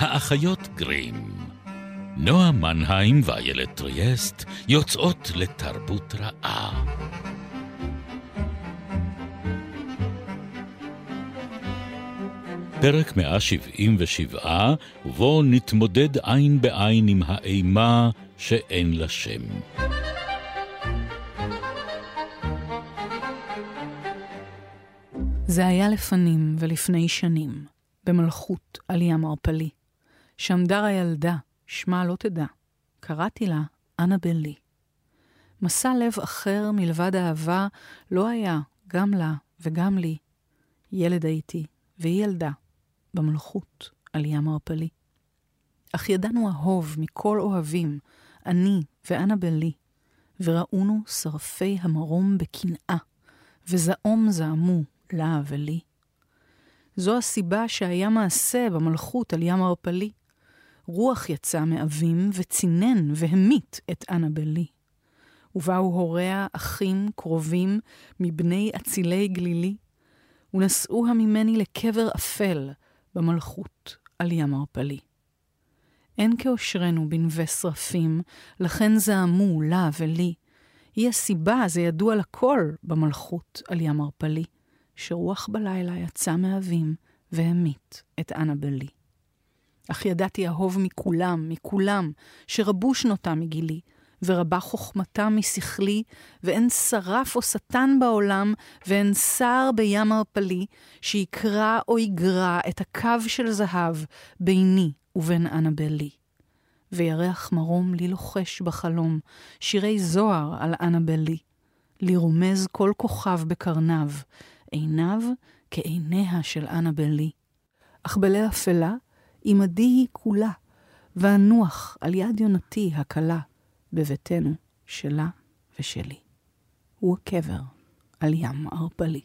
האחיות גרים. נועה מנהיים ואיילת טריאסט יוצאות לתרבות רעה. פרק 177, ובו נתמודד עין בעין עם האימה שאין לה שם. זה היה לפנים ולפני שנים, במלכות על ים ערפלי. שם דרה ילדה, שמה לא תדע. קראתי לה אנבלי. מסע לב אחר מלבד אהבה לא היה, גם לה וגם לי. ילד הייתי, והיא ילדה, במלכות על ים ערפלי. אך ידענו אהוב מכל אוהבים, אני ואנבלי, וראונו שרפי המרום בקנאה, וזעום זעמו לה ולי. זו הסיבה שהיה מעשה במלכות על ים ערפלי. רוח יצא מאבים וצינן והמית את אנבלי. ובאו הוריה אחים קרובים מבני אצילי גלילי, ונשאוה ממני לקבר אפל במלכות על ים ערפלי. אין כאושרנו בנווה שרפים, לכן זעמו לה ולי. היא הסיבה, זה ידוע לכל במלכות על ים ערפלי, שרוח בלילה יצא מאבים והמית את אנבלי. אך ידעתי אהוב מכולם, שרבו שנותה מגילי, ורבה חוכמתה משכלי, ואין שרף או שטן בעולם, ואין שר בים ערפלי, שיקרא או יגרע את הקו של זהב ביני ובין אנבלי. וירח מרום לי לוחש בחלום, שירי זוהר על אנבלי, לרומז כל כוכב בקרניו, עיניו כעיניה של אנבלי. אך בליל אפלה, עמדי היא כולה, ואנוח על יד יונתי הקלה, בביתנו שלה ושלי. הוא הקבר על ים ערפלי.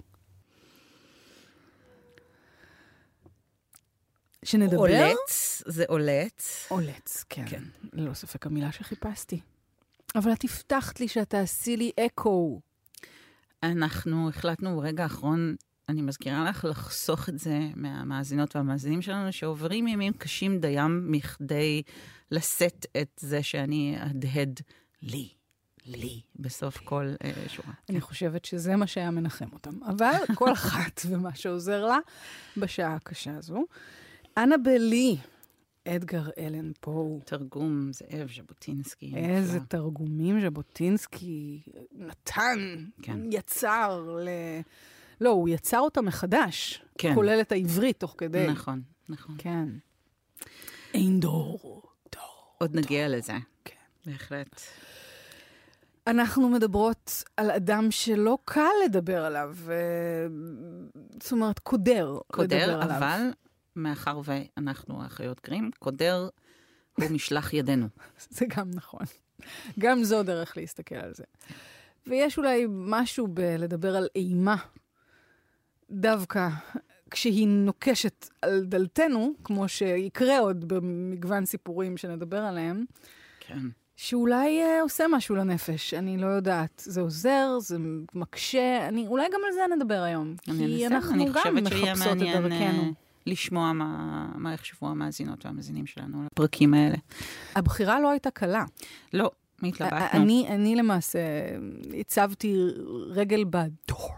שנדבר? אולץ, זה אולץ. אולץ, כן. ללא ספק המילה שחיפשתי. אבל את הבטחת לי שאת תעשי לי אקו. אנחנו החלטנו ברגע האחרון, אני מזכירה לך לחסוך את זה מהמאזינות והמאזינים שלנו, שעוברים ימים קשים דיים מכדי לשאת את זה שאני אדהד לי, בסוף כל שורה. אני חושבת שזה מה שהיה מנחם אותם. אבל כל אחת ומה שעוזר לה בשעה הקשה הזו. אנבלי, אדגר אלן פו. תרגום זאב ז'בוטינסקי. איזה תרגומים ז'בוטינסקי נתן, יצר לא, הוא יצר אותה מחדש. כן. כולל את העברית תוך כדי. נכון. כן. אין דור. עוד נגיע לזה. כן. בהחלט. אנחנו מדברות על אדם שלא קל לדבר עליו. זאת אומרת, קודר לדבר עליו. אבל מאחר ואנחנו האחיות גרים, קודר הוא משלח ידינו. זה גם נכון. גם זו דרך להסתכל על זה. ויש אולי משהו בלדבר על אימה, דווקא כשהיא נוקשת על דלתנו, כמו שיקרה עוד במגוון סיפורים שנדבר עליהם, כן. שאולי עושה משהו לנפש, אני לא יודעת. זה עוזר, זה מקשה, אולי גם על זה נדבר היום. כי אנחנו גם מחפשות את דרכנו. לשמוע מה יחשבו המאזינות והמאזינים שלנו על הפרקים האלה. הבחירה לא הייתה קלה. לא, התלבטנו. אני למעשה הצבתי רגל בדור.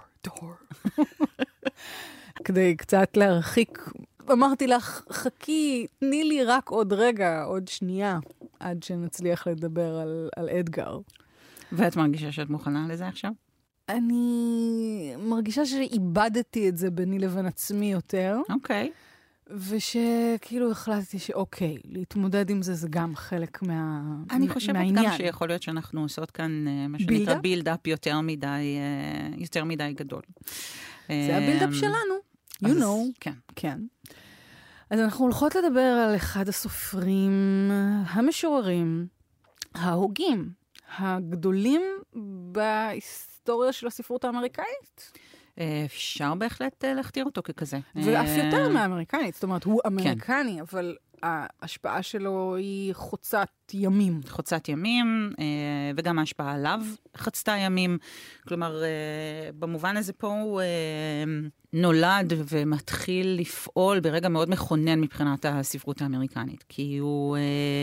כדי קצת להרחיק. אמרתי לך, חכי, תני לי רק עוד רגע, עוד שנייה, עד שנצליח לדבר על אדגר. ואת מרגישה שאת מוכנה לזה עכשיו? אני מרגישה שאיבדתי את זה ביני לבין עצמי יותר. אוקיי. ושכאילו החלטתי שאוקיי, להתמודד עם זה גם חלק מהעניין. אני חושבת גם שיכול להיות שאנחנו עושות כאן מה שנקרא בילדאפ יותר מדי גדול. זה הבילדאפ שלנו. You know. כן. אז אנחנו הולכות לדבר על אחד הסופרים המשוררים, ההוגים, הגדולים בהיסטוריה של הספרות האמריקאית. אפשר בהחלט להכתיר אותו ככזה. ואף יותר מהאמריקנית, זאת אומרת, הוא אמריקני, אבל ההשפעה שלו היא חוצת ימים. חוצת ימים, וגם ההשפעה עליו חצתה ימים. כלומר, במובן הזה פה הוא נולד ומתחיל לפעול ברגע מאוד מכונן מבחינת הספרות האמריקנית. כי הוא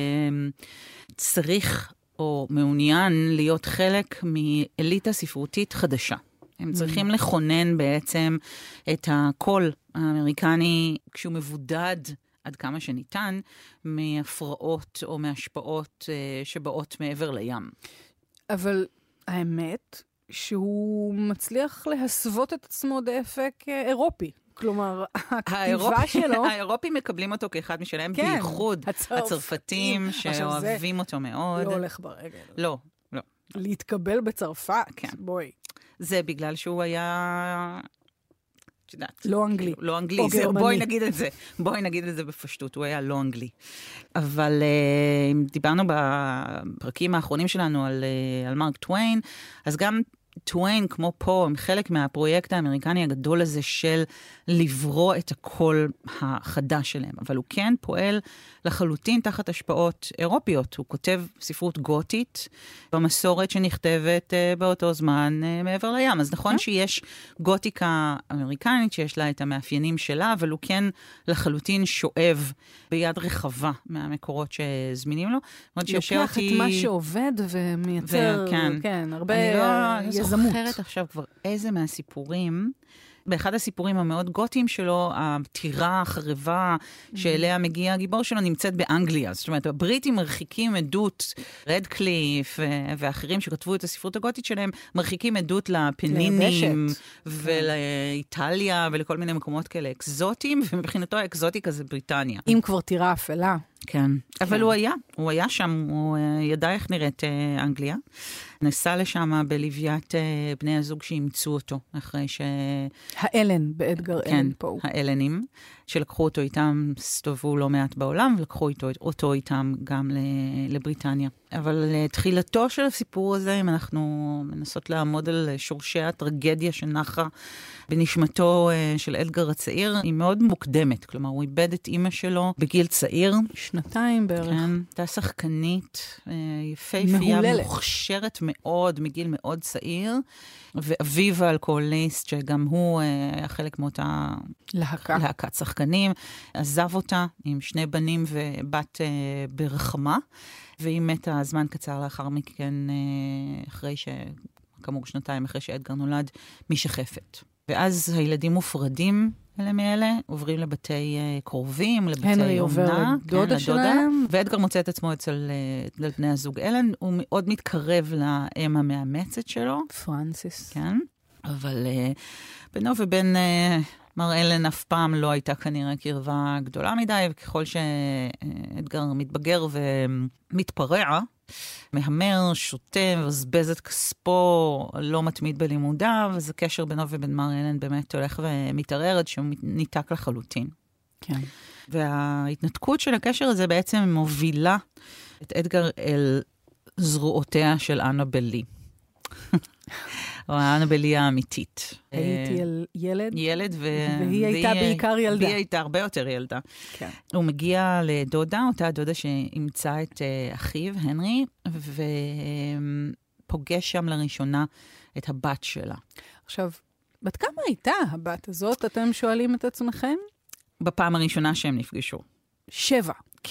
צריך או מעוניין להיות חלק מאליטה ספרותית חדשה. הם צריכים לכונן בעצם את הקול האמריקני כשהוא מבודד עד כמה שניתן מהפרעות או מהשפעות שבאות מעבר לים. אבל האמת שהוא מצליח להסוות את עצמו דאפק אירופי. כלומר, הכתיבה שלו... האירופים מקבלים אותו כאחד משלהם, בייחוד הצרפתים שאוהבים אותו מאוד. לא הולך ברגל. לא. להתקבל בצרפת, בואי. זה בגלל שהוא היה... לא אנגלי. לא אנגלי, בואי נגיד את זה בפשטות, הוא היה לא אנגלי. אבל דיברנו בפרקים האחרונים שלנו על מרק טוויין, אז גם טוויין, כמו פה, הם חלק מהפרויקט האמריקני הגדול הזה של לברוא את הקול החדש שלהם. אבל הוא כן פועל לחלוטין תחת השפעות אירופיות. הוא כותב ספרות גותית במסורת שנכתבת באותו זמן מעבר לים. אז נכון שיש גותיקה אמריקנית שיש לה את המאפיינים שלה, אבל הוא כן לחלוטין שואב ביד רחבה מהמקורות שזמינים לו. לוקח את מה שעובד ומייצר, כן, הרבה יזמות. אני זוכרת עכשיו כבר איזה מהסיפורים, באחד הסיפורים המאוד גותיים שלו, הטירה החרבה שאליה מגיע הגיבור שלו נמצאת באנגליה. זאת אומרת, הבריטים מרחיקים עדות, רדקליף ואחרים שכתבו את הספרות הגותית שלהם, מרחיקים עדות לפנינים ולאיטליה ולכל מיני מקומות כאלה אקזוטיים, ומבחינתו האקזוטיקה זה בריטניה. אם כבר טירה אפלה. כן, אבל הוא היה שם, הוא ידע איך נראית אנגליה. נסע לשם בלוויית בני הזוג שאימצו אותו, אחרי ש... האלן באדגר אלן פה. כן, האלנים, שלקחו אותו איתם, סתובבו לא מעט בעולם, ולקחו אותו איתם גם לבריטניה. אבל תחילתו של הסיפור הזה, אם אנחנו מנסות לעמוד על שורשי הטרגדיה שנחה בנשמתו של אדגר הצעיר, היא מאוד מוקדמת. כלומר, הוא איבד את אמא שלו בגיל צעיר. 2 בערך. כן, הייתה שחקנית, יפהפייה, מוכשרת מאוד, מגיל מאוד צעיר, ואביו האלכוהוליסט, שגם הוא היה חלק מאותה להקת שחקנים, עזב אותה עם 2 בנים ובת ברחמה, והיא מתה זמן קצר לאחר מכן, אחרי כאמור 2 אחרי שאדגר נולד, משחפת. ואז הילדים מופרדים אלה מאלה, עוברים לבתי קרובים, לבתי אומנה. הנרי עובר לדודה שלהם. ואדגר מוצא את עצמו אצל בני הזוג אלן, הוא מאוד מתקרב לאם המאמצת שלו. פרנסיס. כן, אבל בינו ובין מר אלן אף פעם לא הייתה כנראה קרבה גדולה מדי, וככל שאדגר מתבגר ומתפרע, מהמר, שוטה, מבזבז את כספו, לא מתמיד בלימודיו, אז הקשר בינו ובין מר אלן באמת הולך ומתערער עד שהוא ניתק לחלוטין. כן. וההתנתקות של הקשר הזה בעצם מובילה את אדגר אל זרועותיה של אנאבל לי. או האנאבל לי האמיתית. הייתי ילד. ילד, והיא הייתה בעיקר ילדה. והיא הייתה הרבה יותר ילדה. כן. הוא מגיע לדודה, אותה דודה שאימצה את אחיו, הנרי, ופוגש שם לראשונה את הבת שלה. עכשיו, בת כמה הייתה הבת הזאת? אתם שואלים את עצמכם? בפעם הראשונה שהם נפגשו. 7. כן.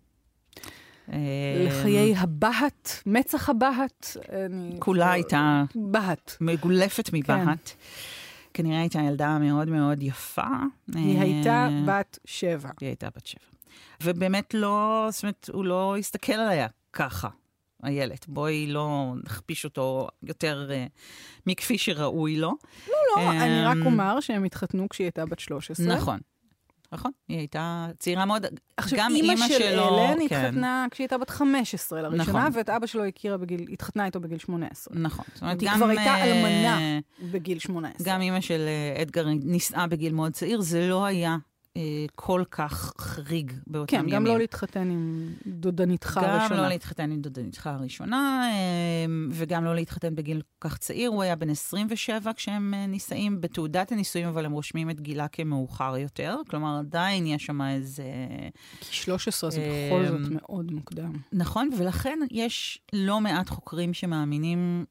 לחיי הבהת, מצח הבהת. כולה הייתה בהת. מגולפת מבהת. כנראה הייתה ילדה מאוד מאוד יפה. היא הייתה בת 7. היא הייתה בת 7. ובאמת לא, זאת אומרת, הוא לא הסתכל עליה ככה, הילד. בואי לא נכפיש אותו יותר מכפי שראוי לו. לא, אני רק אומר שהם התחתנו כשהיא הייתה בת 13. נכון. נכון, היא הייתה צעירה מאוד, עכשיו, גם אמא של שלו, אלן התחתנה כשהיא הייתה בת 15 לראשונה, נכון. ואת אבא שלו התחתנה איתו בגיל 18. נכון. זאת אומרת, היא כבר הייתה אלמנה בגיל 18. גם אמא של אדגר נישאה בגיל מאוד צעיר, זה לא היה כל כך חריג באותם ימים. כן, גם לא להתחתן עם דודניתך הראשונה. גם לא להתחתן עם דודניתך הראשונה, וגם לא להתחתן בגיל כל כך צעיר. הוא היה בן 27 כשהם נישאים בתעודת הנישואים, אבל הם רושמים את גילה כמאוחר יותר. כלומר, עדיין יש שם איזה... כי 13 זה בכל זאת מאוד מוקדם. נכון, ולכן יש לא מעט חוקרים שמאמינים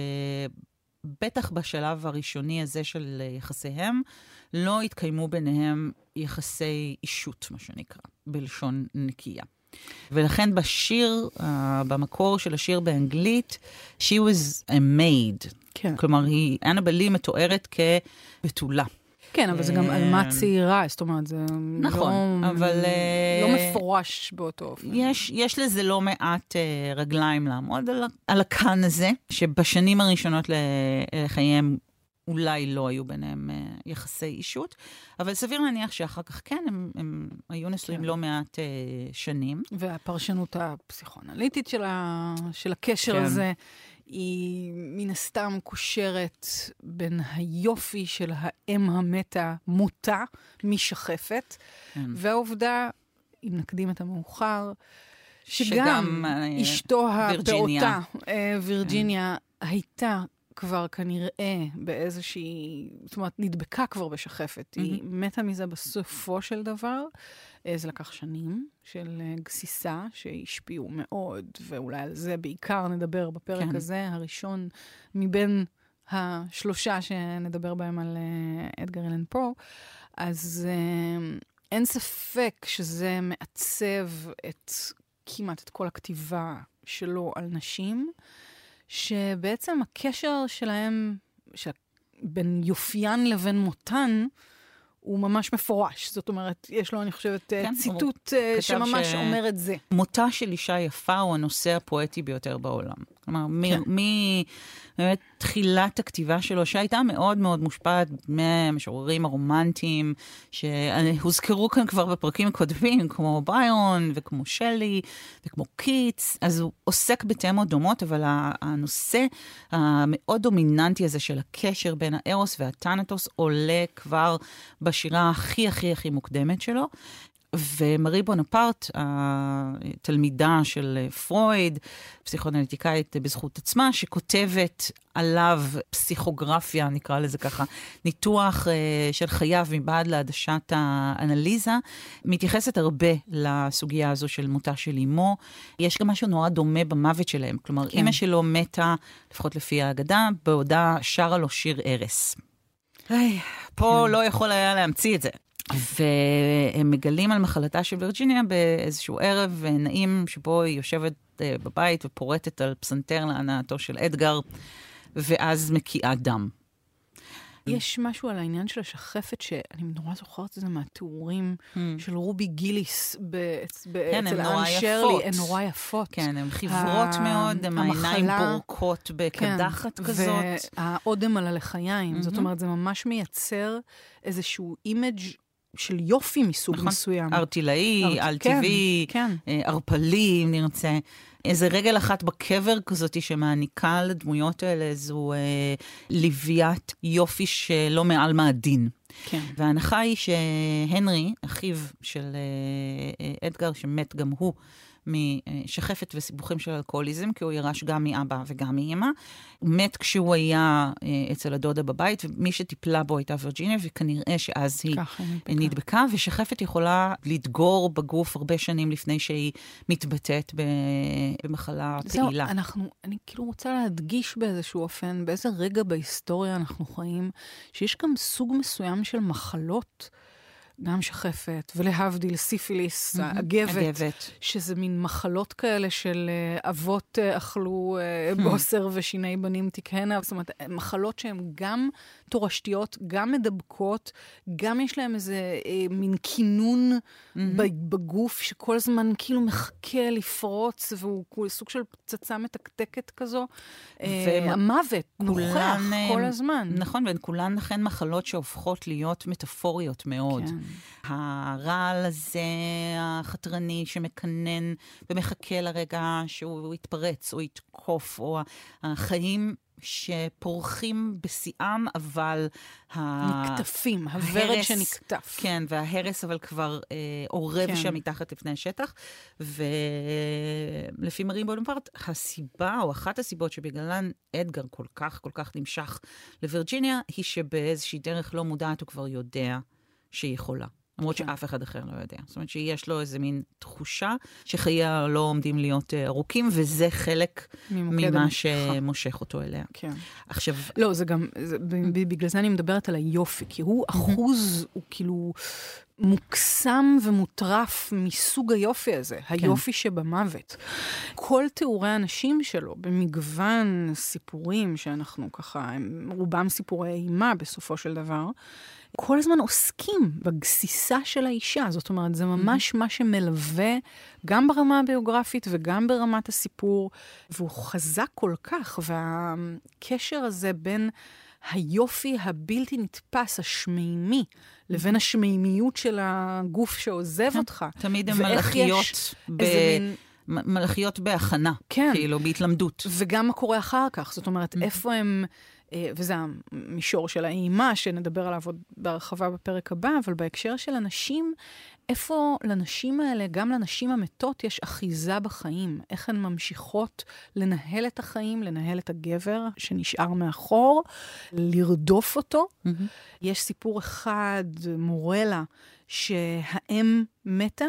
בטח בשלב הראשוני הזה של יחסיהם, לא התקיימו ביניהם יחסי אישות, מה שנקרא, בלשון נקייה. ולכן בשיר, במקור של השיר באנגלית, she was a maid. כן. כלומר, אנאבל לי מתוארת כבתולה. כן, אבל זה גם אלמה צעירה, זאת אומרת, זה נכון, אבל לא מפורש באותו אופן. יש לזה לא מעט רגליים לעמוד על הכאן הזה, שבשנים הראשונות לחייהם אולי לא היו ביניהם יחסי אישות, אבל סביר להניח שאחר כך כן, הם היו נשואים לא מעט שנים. והפרשנות הפסיכואנליטית של הקשר הזה, היא מן הסתם קושרת בין היופי של האם המתה מותה משחפת, והעובדה, אם נקדים את המאוחר, שגם אשתו הפעוטה, וירג'יניה, הייתה כבר כנראה באיזושהי, זאת אומרת, נדבקה כבר בשחפת. היא מתה מזה בסופו של דבר. זה לקח שנים של גסיסה שהשפיעו מאוד, ואולי על זה בעיקר נדבר בפרק הזה, הראשון מבין השלושה שנדבר בהם על אדגר אלן פו. אז אין ספק שזה מעצב כמעט את כל הכתיבה שלו על נשים, שבעצם הקשר שלהם, בין יופיין לבין מותן, הוא ממש מפורש. זאת אומרת, יש לו, אני חושבת, ציטוט שממש אומר את זה. מותה של אישה יפה הוא הנושא הפואטי ביותר בעולם. כלומר, מתחילת הכתיבה שלו, שהייתה מאוד מאוד מושפעת מהמשוררים הרומנטיים, שהוזכרו כאן כבר בפרקים קודמים, כמו ביירון וכמו שלי וכמו קיטס, אז הוא עוסק בתמות דומות, אבל הנושא המאוד דומיננטי הזה של הקשר בין הארוס והטנטוס עולה כבר בשירה הכי הכי הכי מוקדמת שלו. ומרי בונפרט, התלמידה של פרויד, פסיכואנליטיקאית בזכות עצמה, שכותבת עליו פסיכוגרפיה, נקרא לזה ככה, ניתוח של חייו מבעד לעדשת האנליזה, מתייחסת הרבה לסוגיה הזו של מותה של אמו. יש גם משהו נורא דומה במוות שלהם. כלומר, אמא שלו מתה, לפחות לפי האגדה, בעודה שרה לו שיר ערש. פה לא יכול היה להמציא את זה. והם מגלים על מחלתה של וירג'יניה באיזשהו ערב נעים שבו היא יושבת בבית ופורטת על פסנתר להנאתו של אדגר, ואז מקיאה דם. יש משהו על העניין של השחפת, שאני נורא זוכרת את זה מהתיאורים של רובי גיליס אצל אן שרלי, הן נורא יפות. כן, הן חברות מאוד, הן העיניים בורקות בקדחת כזאת. והאודם על הלחיים, זאת אומרת, זה ממש מייצר איזשהו אימג' של יופי מסוג מסוים. ארטילאי, על טבעי, ארפלי, אם נרצה. איזה רגל אחת בקבר כזאת שמעניקה לדמויות האלה, איזו לוויית יופי שלא מעל מהדין. כן. וההנחה היא שהנרי, אחיו של אדגר, שמת גם הוא, משחפת וסיבוכים של אלכוהוליזם, כי הוא ירש גם מאבא וגם מאמא. הוא מת כשהוא היה אצל הדודה בבית, ומי שטיפלה בו הייתה וירג'יניה, וכנראה שאז היא נדבקה, ושחפת יכולה לדגור בגוף הרבה שנים לפני שהיא מתבטאת במחלה פעילה. אני כאילו רוצה להדגיש באיזשהו אופן, באיזה רגע בהיסטוריה אנחנו חיים, שיש גם סוג מסוים של מחלות, גם שחפת, ולהבדיל סיפיליס, הגבת, שזה מין מחלות כאלה של אבות אכלו בוסר ושיני בנים תקהנה, זאת אומרת, מחלות שהן גם תורשתיות, גם מדבקות, גם יש להן איזה מין כינון בגוף, שכל הזמן כאילו מחכה לפרוץ, והוא סוג של פצצה מתקתקת כזו. המוות נוכח כל הזמן. נכון, והן כולן לכן מחלות שהופכות להיות מטאפוריות מאוד. הרעל הזה, החתרני, שמקנן ומחכה לרגע שהוא יתפרץ או יתקוף, או החיים שפורחים בשיאם, אבל נקטפים, הוורד שנקטף. כן, וההרס אבל כבר עורב שם מתחת לפני השטח, ולפי מארי בונפרט, הסיבה או אחת הסיבות שבגללן אדגר כל כך נמשך לווירג'יניה, היא שבאיזושהי דרך לא מודעת הוא כבר יודע שהיא יכולה. למרות שאף אחד אחר לא יודע. זאת אומרת שיש לו איזה מין תחושה שחייה לא עומדים להיות ארוכים, וזה חלק ממה שמושך אותו אליה. כן. עכשיו... לא, זה גם, בגלל זה אני מדברת על היופי, כי הוא אחוז, הוא כאילו מוקסם ומוטרף מסוג היופי הזה, היופי שבמוות. כל תיאורי האנשים שלו, במגוון סיפורים שאנחנו ככה, רובם סיפורי אימה בסופו של דבר, כל הזמן עוסקים בגסיסה של האישה. זאת אומרת, זה ממש מה שמלווה גם ברמה הביוגרפית וגם ברמת הסיפור, והוא חזק כל כך, והקשר הזה בין היופי הבלתי נתפס, השמימי, לבין השמימיות של הגוף שעוזב אותך. תמיד הן מלאכיות בהכנה, כאילו, בהתלמדות. וגם מה קורה אחר כך. זאת אומרת, איפה הם... וזה המישור של האימה, שנדבר עליו עוד בהרחבה בפרק הבא, אבל בהקשר של אנשים, איפה לנשים האלה, גם לנשים המתות, יש אחיזה בחיים? איך הן ממשיכות לנהל את החיים, לנהל את הגבר שנשאר מאחור, לרדוף אותו? יש סיפור אחד, מורלה, שהאם מתה,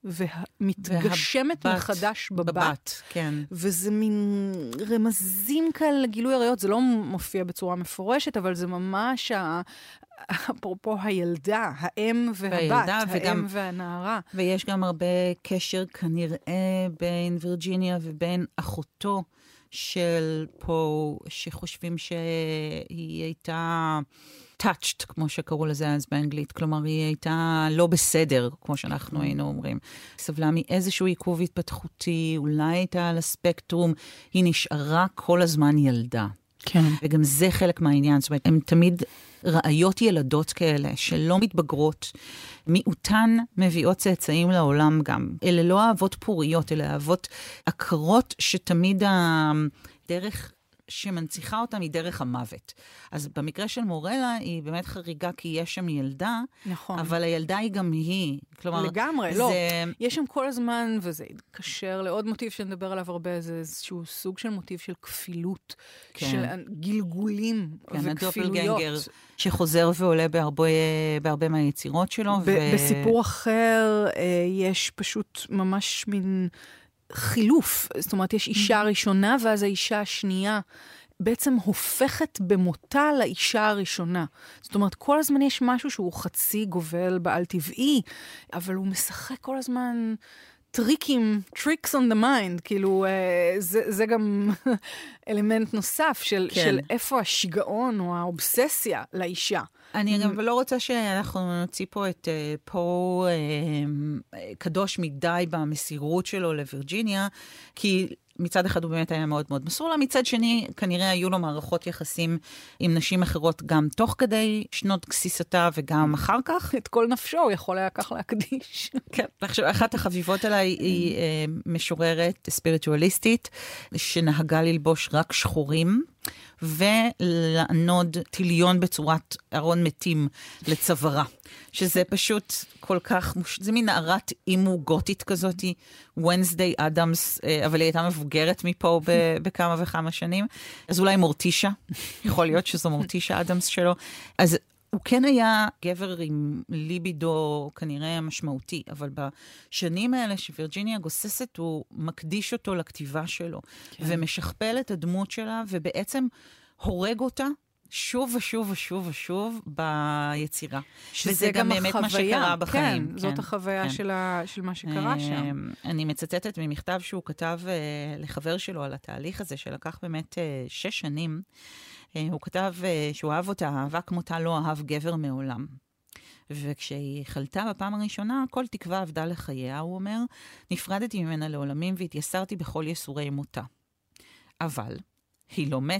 ומתגשמת מחדש בבת. כן. וזה מין רמזים כאלה לגילוי עריות, זה לא מופיע בצורה מפורשת, אבל זה ממש, אפרופו הילדה, האם והבת, האם והנערה. ויש גם הרבה קשר כנראה בין וירג'יניה ובין אחותו של פה, שחושבים שהיא הייתה... touched, כמו שקראו לזה אז באנגלית. כלומר, היא הייתה לא בסדר, כמו שאנחנו היינו אומרים. סבלה מאיזשהו עיכוב התפתחותי, אולי הייתה על הספקטרום, היא נשארה כל הזמן ילדה. כן. וגם זה חלק מהעניין. זאת אומרת, הן תמיד ראיות ילדות כאלה, שלא מתבגרות, מיעוטן מביאות צאצאים לעולם גם. אלה לא אהבות פוריות, אלה אהבות עקרות שתמיד הדרך... שמנציחה אותה מדרך המוות. אז במקרה של מורלה, היא באמת חריגה, כי יש שם ילדה, נכון. אבל הילדה היא גם היא. כלומר, לגמרי, לא. יש שם כל הזמן, וזה יתקשר לעוד מוטיב שנדבר עליו הרבה, זה איזשהו סוג של מוטיב של כפילות, של גלגולים וכפילויות. הדופלגנגר שחוזר ועולה בהרבה מהיצירות שלו. בסיפור אחר, יש פשוט ממש מין... חילוף, זאת אומרת, יש אישה ראשונה, ואז האישה השנייה בעצם הופכת במותה לאישה הראשונה. זאת אומרת, כל הזמן יש משהו שהוא חצי גובל בעל טבעי, אבל הוא משחק כל הזמן טריקים, tricks on the mind, כאילו, זה גם אלמנט נוסף של איפה השיגעון או האובססיה לאישה. אני גם לא רוצה שאנחנו נוציא פה את פה קדוש מדי במסירות שלו לווירג'יניה, כי מצד אחד הוא באמת היה מאוד מאוד מסור לה, מצד שני כנראה היו לו מערכות יחסים עם נשים אחרות גם תוך כדי שנות גסיסתה וגם אחר כך. את כל נפשו הוא יכול היה כך להקדיש. כן, עכשיו אחת החביבות עליי היא משוררת ספיריטואליסטית, שנהגה ללבוש רק שחורים, ולענוד טיליון בצורת ארון מתים לצווארה. שזה פשוט כל כך, זה מין נערת אימו גותית כזאת, Wednesday Adams, אבל היא הייתה מבוגרת מפה בכמה וכמה שנים. אז אולי מורטישה, יכול להיות שזו מורטישה אדמס שלו. אז הוא כן היה גבר עם ליבידו כנראה משמעותי, אבל בשנים האלה שווירג'יניה גוססת, הוא מקדיש אותו לכתיבה שלו, כן. ומשכפל את הדמות שלה, ובעצם הורג אותה שוב ושוב ושוב ושוב ביצירה. וזה גם באמת מה שקרה בחיים. כן, זאת החוויה של מה שקרה שם. אני מצטטת ממכתב שהוא כתב לחבר שלו על התהליך הזה, שלקח באמת 6 שנים, הוא כתב שהוא אהב אותה, אהבה כמותה לא אהב גבר מעולם. וכשהיא חלתה בפעם הראשונה, כל תקווה עבדה לחייה, הוא אומר, נפרדתי ממנה לעולמים והתייסרתי בכל יסורי מותה. אבל היא לא מתה.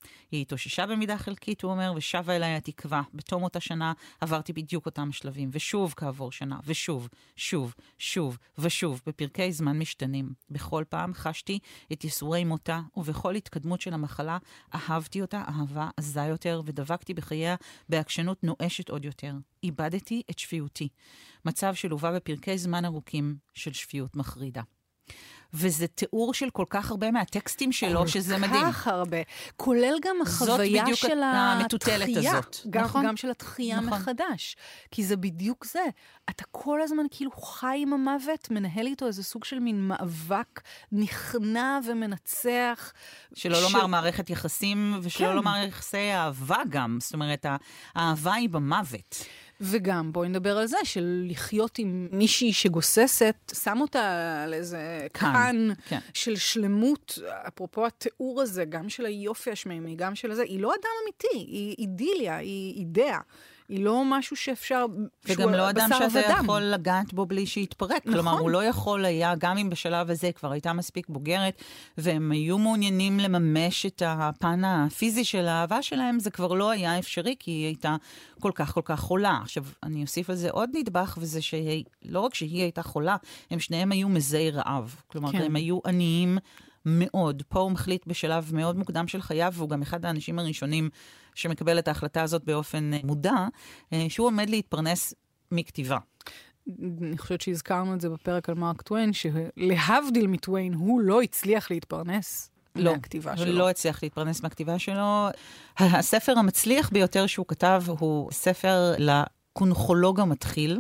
היא התאוששה במידה חלקית, הוא אומר, ושבה אליי התקווה. בתום אותה שנה עברתי בדיוק אותם שלבים, ושוב כעבור שנה, ושוב, שוב, שוב, ושוב, בפרקי זמן משתנים. בכל פעם חשתי את ייסורי מותה, ובכל התקדמות של המחלה אהבתי אותה אהבה עזה יותר, ודבקתי בחייה בעקשנות נואשת עוד יותר. איבדתי את שפיותי. מצב שלובה בפרקי זמן ארוכים של שפיות מחרידה. וזה תיאור של כל כך הרבה מהטקסטים שלו, שזה מדהים. כל כך הרבה. כולל גם החוויה של התחייה. נכון? גם של התחייה מחדש. כי זה בדיוק זה. אתה כל הזמן כאילו חי עם המוות, מנהל איתו איזה סוג של מין מאבק נכנע ומנצח. שלא לומר מערכת יחסים, ושלא לומר יחסי אהבה גם. זאת אומרת, האהבה היא במוות. וגם, בואי נדבר על זה, של לחיות עם מישהי שגוססת, שם אותה על איזה כאן של שלמות, אפרופו התיאור הזה, גם של היופי השמימי, גם של זה, היא לא אדם אמיתי, היא אידיליה, היא אידאה. היא לא משהו שאפשר... וגם לא אדם שאתה יכול לגעת בו בלי שיתפרק. נכון. כלומר, הוא לא יכול היה, גם אם בשלב הזה כבר הייתה מספיק בוגרת, והם היו מעוניינים לממש את הפן הפיזי של האהבה שלהם, זה כבר לא היה אפשרי, כי היא הייתה כל כך חולה. עכשיו, אני אוסיף על זה עוד נדבך, וזה שלא רק שהיא הייתה חולה, הם שניהם היו מזי רעב. כלומר, הם היו עניים מאוד. פה הוא מחליט בשלב מאוד מוקדם של חייו, והוא גם אחד האנשים הראשונים שמקבל את ההחלטה הזאת באופן מודע, שהוא עומד להתפרנס מכתיבה. אני חושבת שהזכרנו את זה בפרק על מרק טוויין, שלהבדיל מטוויין, הוא לא הצליח להתפרנס מהכתיבה שלו. לא הצליח להתפרנס מהכתיבה שלו. הספר המצליח ביותר שהוא כתב, הוא ספר לקונחולוג המתחיל,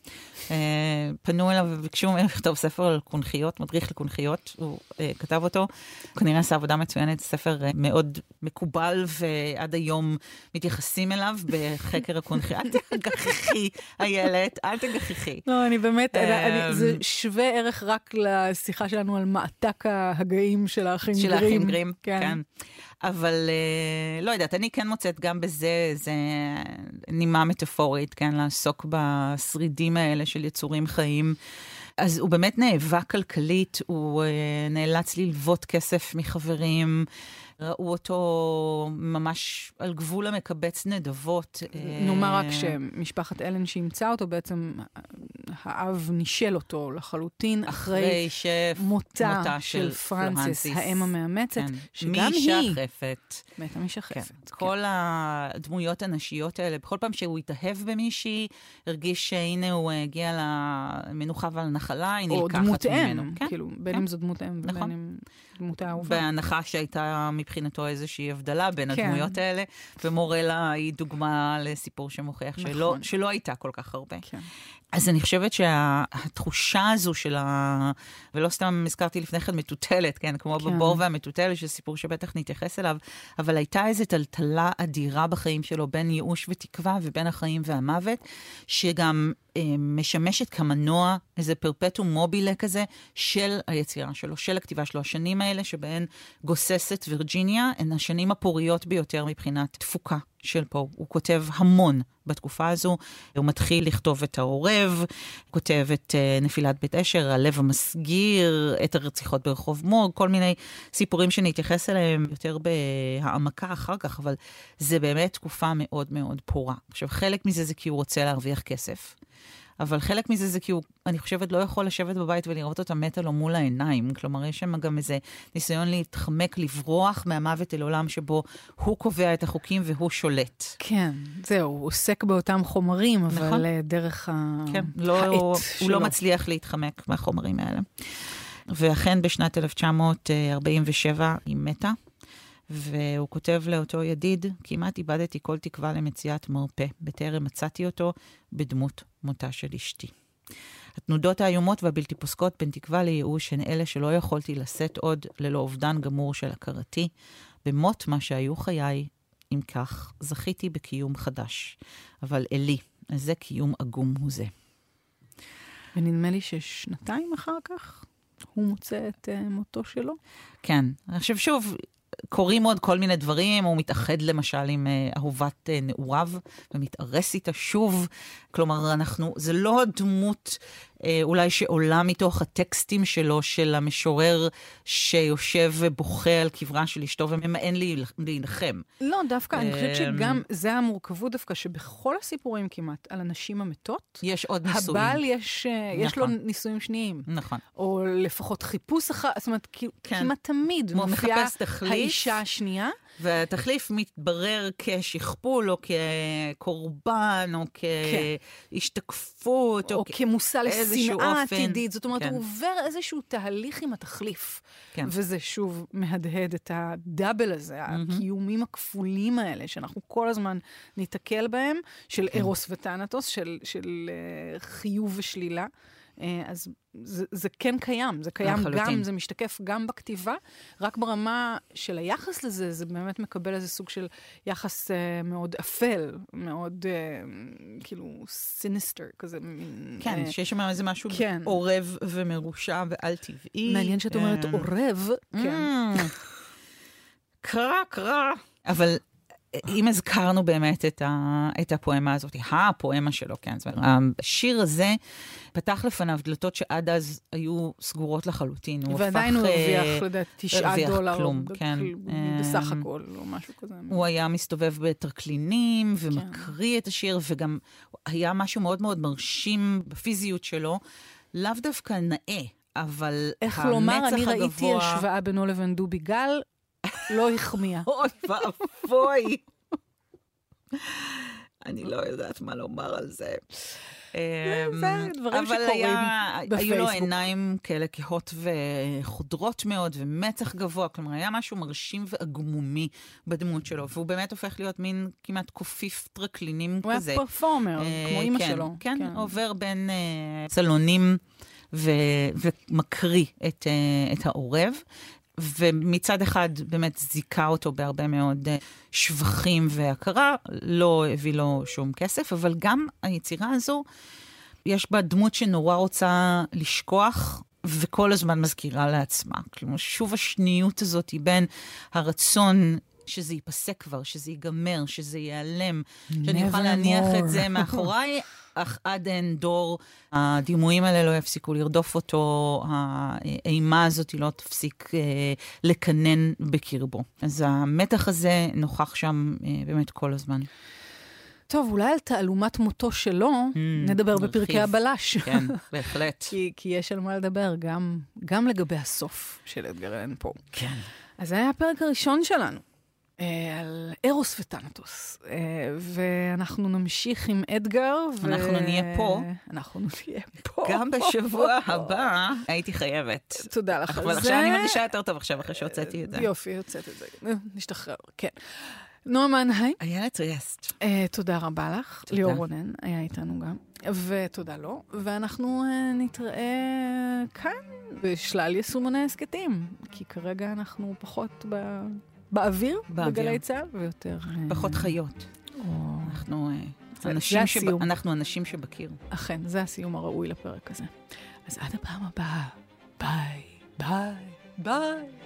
פנו אליו וביקשו ממנו לכתוב ספר על קונחיות, מדריך לקונחיות, הוא כתב אותו, כנראה עשה עבודה מצוינת, ספר מאוד מקובל ועד היום מתייחסים אליו בחקר הקונחיות. אל תגחכי, איילת, אל תגחכי. לא, אני באמת, זה שווה ערך רק לשיחה שלנו על מעתק ההגאים של האחים גרים. של האחים גרים, כן. אבל לא יודעת, אני כן מוצאת גם בזה, זה נימה מטאפורית, כן, לעסוק בשרידים האלה של יצורים חיים. אז הוא באמת נאבק כלכלית, הוא נאלץ ללוות כסף מחברים, ראו אותו ממש על גבול המקבץ נדבות. נאמר רק שמשפחת אלן שימצא אותו, בעצם האב נישל אותו לחלוטין אחרי מותה של פרנסיס, האם המאמצת, שגם היא מתה משחפת. כל הדמויות הנשיות האלה, בכל פעם שהוא התאהב במישהי, הרגיש שהנה הוא הגיע למנוחה ולנחלה, היא נלקחת ממנו. כאילו, בין אם זו דמות אם ובין אם דמות האהובה. בהנחה שהייתה מבחינתו איזושהי הבדלה בין הדמויות האלה, ומורלה היא דוגמה לסיפור שמוכיח שלא הייתה כל כך הרבה. אז אני חושבת שהתחושה הזו של ולא סתם הזכרתי לפני כן מטוטלת, כן, כמו בבור והמטוטלת, שזה סיפור שבטח נתייחס אליו, אבל הייתה איזו טלטלה אדירה בחיים שלו, בין ייאוש ותקווה ובין החיים והמוות, שגם משמשת כמנוע, איזה פרפטום מובילה כזה, של היצירה שלו, של הכתיבה שלו. השנים האלה שבהן גוססת וירג'יניה, הן השנים הפוריות ביותר מבחינת תפוקה של פה. הוא כותב המון בתקופה הזו, הוא מתחיל לכתוב את העורב, כותב את נפילת בית אשר, הלב המסגיר, את הרציחות ברחוב מורג, כל מיני סיפורים שנתייחס אליהם יותר בהעמקה אחר כך, אבל זה באמת תקופה מאוד מאוד פורה. עכשיו, חלק מזה זה כי הוא רוצה להרוויח כסף, אבל חלק מזה זה כי הוא, אני חושבת, לא יכול לשבת בבית ולראות אותה מתה לו מול העיניים. כלומר, יש שם גם איזה ניסיון להתחמק, לברוח מהמוות אל עולם שבו הוא קובע את החוקים והוא שולט. כן, זהו, הוא עוסק באותם חומרים, אבל דרך כן, הוא לא מצליח להתחמק מהחומרים האלה. ואכן בשנת 1947 היא מתה, והוא כותב לאותו ידיד, כמעט איבדתי כל תקווה למציאת מרפא, בטרם מצאתי אותו בדמות מותה של אשתי. התנודות האיומות והבלתי פוסקות בין תקווה לייאוש הן אלה שלא יכולתי לשאת עוד ללא אובדן גמור של הכרתי. במות מה שהיו חיי, אם כך, זכיתי בקיום חדש. אבל אלי, איזה קיום עגום הוא זה. ונדמה לי ששנתיים אחר כך הוא מוצא את מותו שלו. כן, אני חושב שוב, קוראים עוד כל מיני דברים, הוא מתאחד למשל עם אהובת נעוריו, ומתארס איתה שוב. כלומר, זה לא דמות אולי שעולה מתוך הטקסטים שלו, של המשורר שיושב ובוכה על קברה של אשתו וממאן להילחם. לא, דווקא, אני חושבת שגם זה המורכבות דווקא, שבכל הסיפורים כמעט על הנשים המתות, יש עוד ניסויים. הבעל יש לו ניסויים שניים. נכון. או לפחות חיפוש אחר, זאת אומרת, כמעט תמיד מופיעה האישה השנייה. והתחליף מתברר כשכפול, או כקורבן, או כהשתקפות, או כמושא לשנאה עתידית. זאת אומרת, הוא עובר איזשהו תהליך עם התחליף. וזה שוב מהדהד את הדאבל הזה, הקיומים הכפולים האלה, שאנחנו כל הזמן ניתקל בהם, של ארוס וטנטוס, של חיוב ושלילה. אז זה כן קיים, זה קיים גם, זה משתקף גם בכתיבה, רק ברמה של היחס לזה, זה באמת מקבל איזה סוג של יחס מאוד אפל, מאוד כאילו סיניסטר, כזה. כן, שיש שם איזה משהו עורב ומרושע ועל טבעי. מעניין שאת אומרת עורב, כן. קרא. אבל אם הזכרנו באמת את הפואמה הזאת, הפואמה שלו, כן, זאת אומרת, השיר הזה פתח לפניו דלתות שעד אז היו סגורות לחלוטין. ועדיין הוא הרוויח, לדעתי, $9, כלום, כן. בסך הכל, או משהו כזה. הוא היה מסתובב בטרקלינים, ומקריא את השיר, וגם היה משהו מאוד מאוד מרשים בפיזיות שלו, לאו דווקא נאה, אבל איך לומר, אני ראיתי השוואה בינו לבין דובי גל, לא החמיאה. אוי ואבוי. אני לא יודעת מה לומר על זה. זה דברים שקורים בפייסבוק. אבל היו לו עיניים כאלה כהות וחודרות מאוד, ומצח גבוה, כלומר היה משהו מרשים ואגמומי בדמות שלו, והוא באמת הופך להיות מין כמעט קופיף טרקלינים כזה. הוא היה פרפורמר, כמו אמא שלו. כן, עובר בין סלונים ומקריא את העורב. ומצד אחד באמת זיקה אותו בהרבה מאוד שבחים והכרה, לא הביא לו שום כסף, אבל גם היצירה הזו, יש בה דמות שנורא רוצה לשכוח, וכל הזמן מזכירה לעצמה. כלומר, שוב השניות הזאת היא בין הרצון שזה ייפסק כבר, שזה ייגמר, שזה ייעלם, שאני אוכל להניח את זה מאחוריי, אך עד אין דור, הדימויים האלה לא יפסיקו לרדוף אותו, האימה הזאת לא תפסיק לקנן בקרבו. אז המתח הזה נוכח שם באמת כל הזמן. טוב, אולי על תעלומת מותו שלו, נדבר בפרקי הבלש. כן, בהחלט. כי יש על מה לדבר, גם לגבי הסוף של אדגר אלן פו. כן. אז זה היה הפרק הראשון שלנו. על ארוס וטנטוס, ואנחנו נמשיך עם אדגר. אנחנו נהיה פה. אנחנו נהיה פה. גם בשבוע הבא הייתי חייבת. תודה לך על זה. אבל עכשיו אני מרגישה יותר טוב עכשיו, אחרי שהוצאתי את זה. יופי, הוצאת את זה. נשתחרר, כן. נועה מנהי. איילת ריאסט. תודה רבה לך. ליאור רונן היה איתנו גם. ותודה לו. ואנחנו נתראה כאן בשלל יישומוני הסקטים. כי כרגע אנחנו פחות באוויר, בגלי צהל, ויותר פחות חיות. אנחנו אנשים שבקיר. אכן, זה הסיום הראוי לפרק הזה. אז עד הפעם הבאה. ביי, ביי, ביי.